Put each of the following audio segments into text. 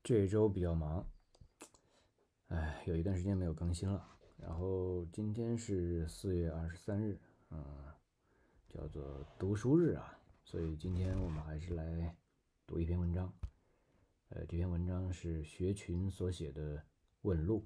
这周比较忙，有一段时间没有更新了。然后今天是4月23日，叫做读书日啊，所以今天我们还是来读一篇文章。这篇文章是学群所写的问路。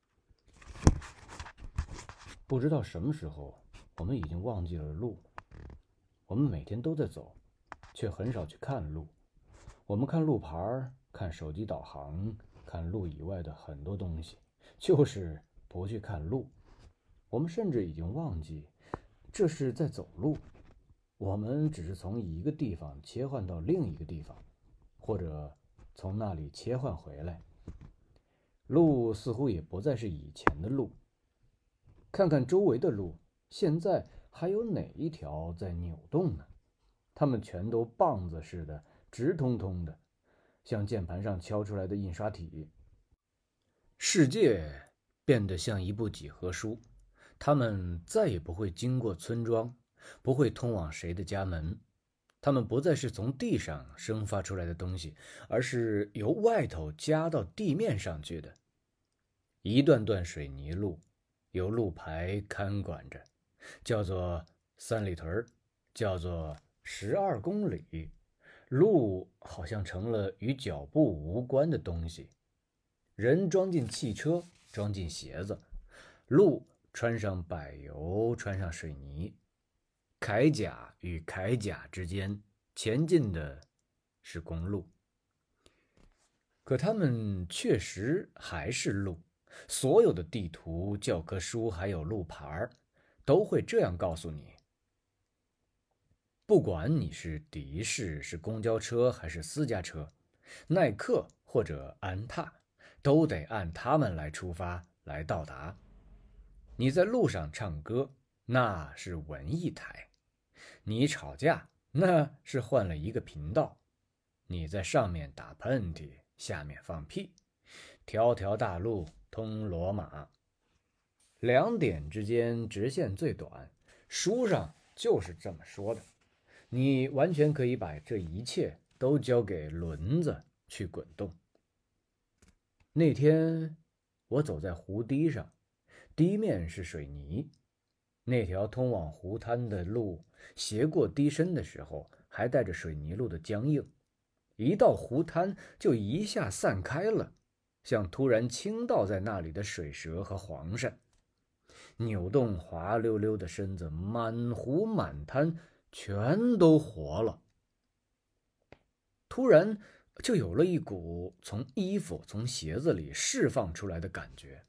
不知道什么时候，我们已经忘记了路。我们每天都在走，却很少去看路。我们看路牌，看手机导航，看路以外的很多东西，就是不去看路。我们甚至已经忘记这是在走路，我们只是从一个地方切换到另一个地方，或者从那里切换回来。路似乎也不再是以前的路。看看周围的路，现在还有哪一条在扭动呢？它们全都棒子似的，直通通的，像键盘上敲出来的印刷体。世界变得像一部几何书，它们再也不会经过村庄，不会通往谁的家门。它们不再是从地上生发出来的东西，而是由外头加到地面上去的。一段段水泥路，由路牌看管着，叫做3里屯，叫做12公里。路好像成了与脚步无关的东西。人装进汽车，装进鞋子，路穿上柏油，穿上水泥。铠甲与铠甲之间前进的是公路，可它们确实还是路。所有的地图、教科书还有路牌都会这样告诉你。不管你是的士、是公交车还是私家车，耐克或者安踏，都得按他们来出发，来到达。你在路上唱歌，那是文艺台；你吵架，那是换了一个频道；你在上面打喷嚏，下面放屁。条条大路通罗马。两点之间直线最短，书上就是这么说的。你完全可以把这一切都交给轮子去滚动。那天我走在湖堤上，堤面是水泥。那条通往湖滩的路斜过堤身的时候，还带着水泥路的僵硬。一到湖滩就一下散开了，像突然倾倒在那里的水蛇和黄鳝。扭动滑溜溜的身子，满湖满滩全都活了。突然就有了一股从衣服、从鞋子里释放出来的感觉，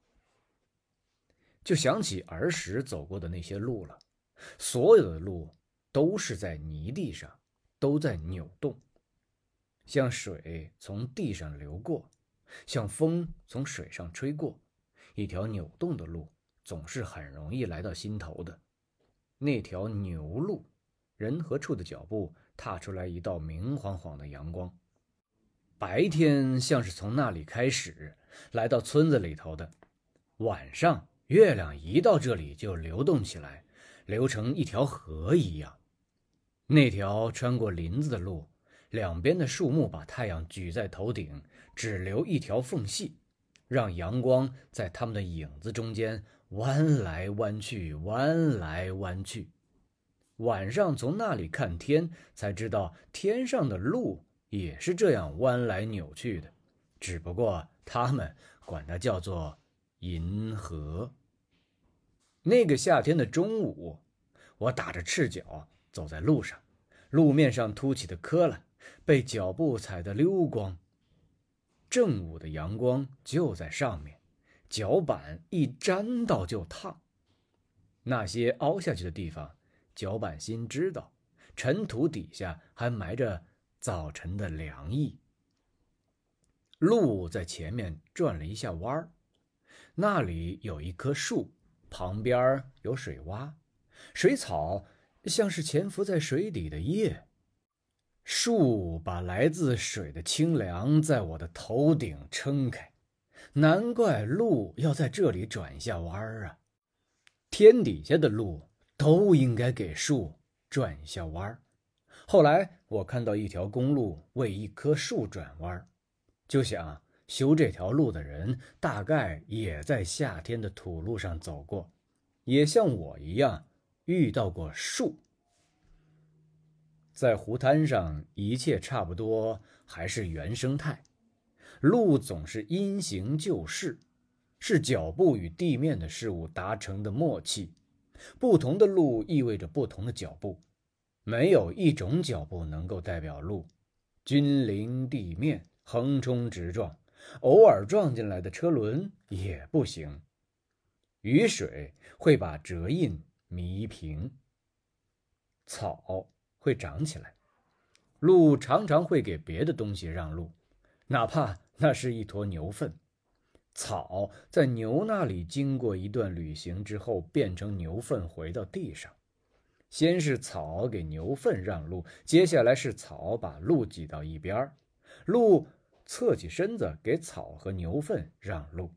就想起儿时走过的那些路了。所有的路都是在泥地上，都在扭动，像水从地上流过，像风从水上吹过。一条扭动的路总是很容易来到心头的。那条牛路，人和畜的脚步踏出来一道明晃晃的阳光。白天像是从那里开始来到村子里头的，晚上月亮一到这里就流动起来，流成一条河一样。那条穿过林子的路，两边的树木把太阳举在头顶，只留一条缝隙，让阳光在它们的影子中间弯来弯去，弯来弯去。晚上从那里看天，才知道天上的路也是这样弯来扭去的，只不过他们管它叫做银河。那个夏天的中午，我打着赤脚走在路上，路面上凸起的磕了，被脚步踩得溜光。正午的阳光就在上面，脚板一沾到就烫。那些凹下去的地方，脚板心知道，尘土底下还埋着早晨的凉意。路在前面转了一下弯儿，那里有一棵树，旁边有水洼，水草像是潜伏在水底的叶。树把来自水的清凉在我的头顶撑开，难怪路要在这里转一下弯儿啊！天底下的路都应该给树转一下弯儿。后来我看到一条公路为一棵树转弯， 就想修这条路的人大概也在夏天的土路上走过，也像我一样遇到过树。在湖滩上，一切差不多还是原生态，路总是因形就势，是脚步与地面的事物达成的默契。不同的路意味着不同的脚步，没有一种脚步能够代表路。君临地面，横冲直撞，偶尔撞进来的车轮也不行。雨水会把折印弥平，草会长起来，路常常会给别的东西让路，哪怕那是一坨牛粪。草在牛那里经过一段旅行之后，变成牛粪回到地上。先是草给牛粪让路，接下来是草把路挤到一边，路侧起身子给草和牛粪让路。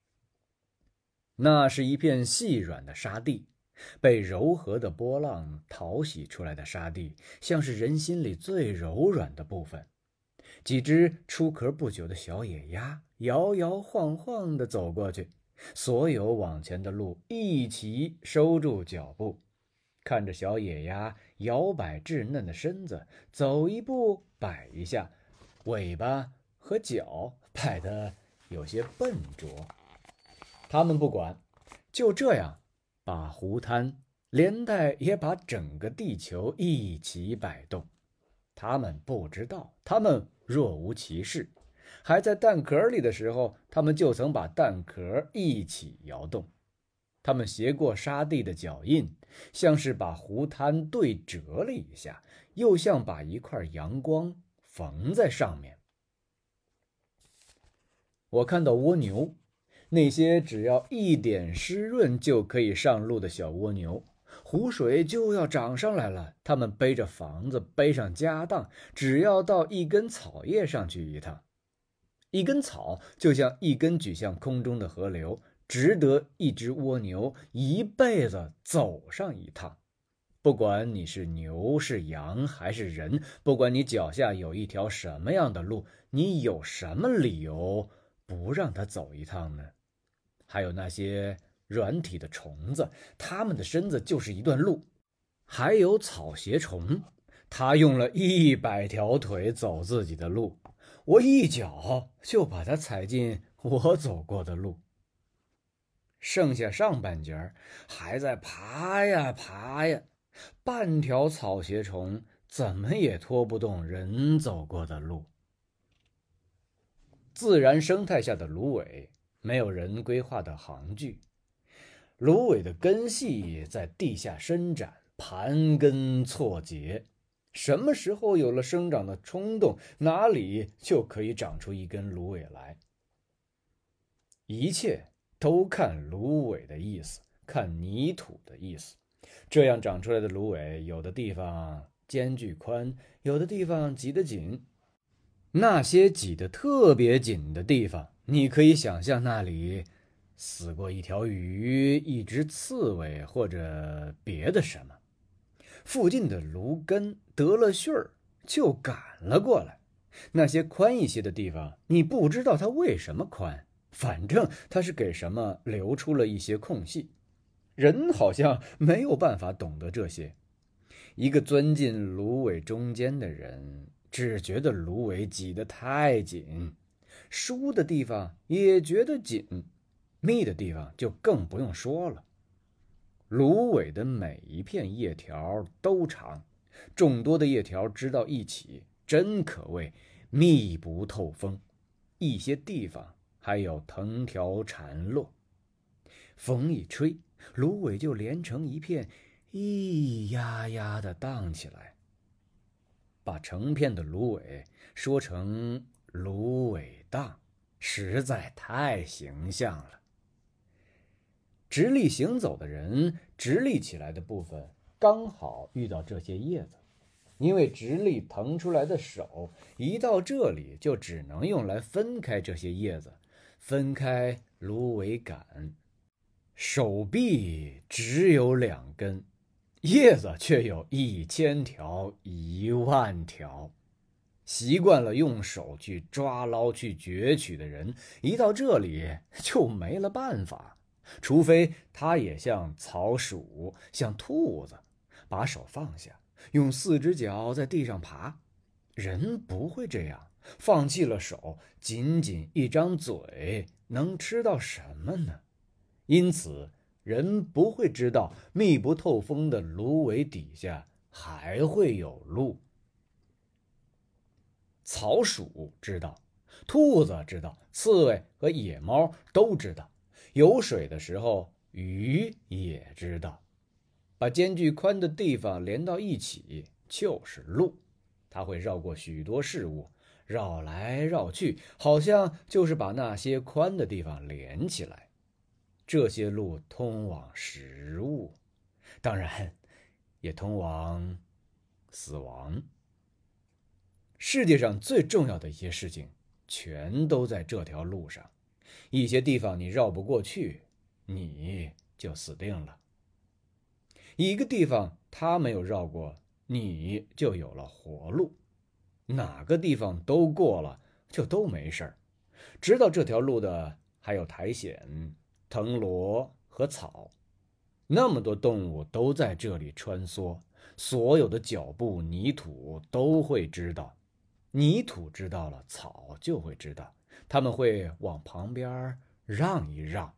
那是一片细软的沙地，被柔和的波浪淘洗出来的沙地，像是人心里最柔软的部分。几只出壳不久的小野鸭摇摇晃晃地走过去，所有往前的路一起收住脚步，看着小野鸭摇摆稚嫩的身子，走一步摆一下，尾巴和脚摆得有些笨拙。他们不管，就这样把湖滩连带也把整个地球一起摆动。他们不知道，他们若无其事。还在蛋壳里的时候，他们就曾把蛋壳一起摇动。他们斜过沙地的脚印，像是把湖滩对折了一下，又像把一块阳光缝在上面。我看到蜗牛，那些只要一点湿润就可以上路的小蜗牛，湖水就要涨上来了，他们背着房子，背上家当，只要到一根草叶上去一趟。一根草就像一根举向空中的河流，值得一只蜗牛一辈子走上一趟。不管你是牛是羊还是人，不管你脚下有一条什么样的路，你有什么理由不让它走一趟呢？还有那些软体的虫子，它们的身子就是一段路。还有草鞋虫，它用了100条腿走自己的路，我一脚就把它踩进我走过的路。剩下上半截还在爬呀爬呀，半条草鞋虫怎么也拖不动人走过的路。自然生态下的芦苇没有人规划的行距，芦苇的根系在地下伸展，盘根错节，什么时候有了生长的冲动，哪里就可以长出一根芦苇来。一切都看芦苇的意思，看泥土的意思。这样长出来的芦苇，有的地方间距宽，有的地方挤得紧。那些挤得特别紧的地方，你可以想象那里死过一条鱼、一只刺猬或者别的什么。附近的芦根得了讯儿，就赶了过来。那些宽一些的地方，你不知道它为什么宽，反正它是给什么留出了一些空隙。人好像没有办法懂得这些。一个钻进芦苇中间的人，只觉得芦苇挤得太紧，疏的地方也觉得紧，密的地方就更不用说了。芦苇的每一片叶条都长，众多的叶条织到一起，真可谓密不透风。一些地方还有藤条缠络，风一吹，芦苇就连成一片，咿呀呀地荡起来。把成片的芦苇说成芦苇荡，实在太形象了。直立行走的人，直立起来的部分刚好遇到这些叶子，因为直立腾出来的手一到这里就只能用来分开这些叶子，分开芦苇杆。手臂只有2根，叶子却有1000条、10000条。 习惯了用手去抓捞、去攫取的人，一到这里就没了办法，除非他也像草鼠、像兔子，把手放下，用4只脚在地上爬。人不会这样，放弃了手，仅仅一张嘴，能吃到什么呢？因此，人不会知道密不透风的芦苇底下还会有路。草鼠知道，兔子知道，刺猬和野猫都知道，有水的时候，鱼也知道。把间距宽的地方连到一起就是路，它会绕过许多事物，绕来绕去，好像就是把那些宽的地方连起来。这些路通往食物，当然也通往死亡。世界上最重要的一些事情，全都在这条路上。一些地方你绕不过去，你就死定了。一个地方他没有绕过，你就有了活路。哪个地方都过了，就都没事儿。知道这条路的还有苔藓、藤萝和草，那么多动物都在这里穿梭，所有的脚步、泥土都会知道。泥土知道了，草就会知道，它们会往旁边让一让。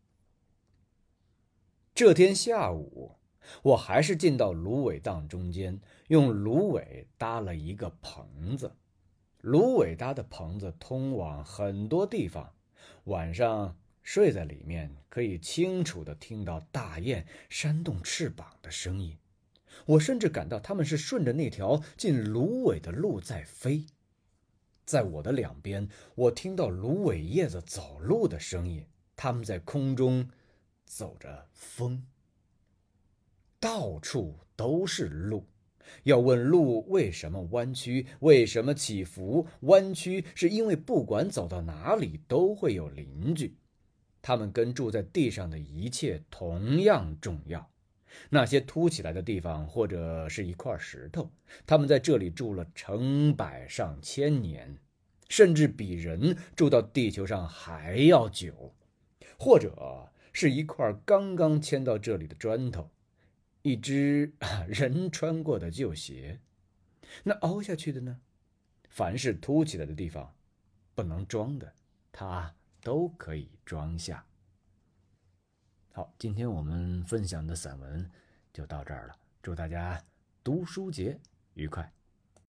这天下午，我还是进到芦苇荡中间，用芦苇搭了一个棚子。芦苇搭的棚子通往很多地方，晚上睡在里面，可以清楚地听到大雁扇动翅膀的声音。我甚至感到它们是顺着那条进芦苇的路在飞。在我的两边，我听到芦苇叶子走路的声音，它们在空中走着风。到处都是路。要问路为什么弯曲，为什么起伏？弯曲是因为不管走到哪里都会有邻居，他们跟住在地上的一切同样重要。那些凸起来的地方或者是一块石头，他们在这里住了成百上千年，甚至比人住到地球上还要久。或者是一块刚刚迁到这里的砖头，一只人穿过的旧鞋。那凹下去的呢？凡是凸起来的地方不能装的，它都可以装下。好，今天我们分享的散文就到这儿了，祝大家读书节愉快。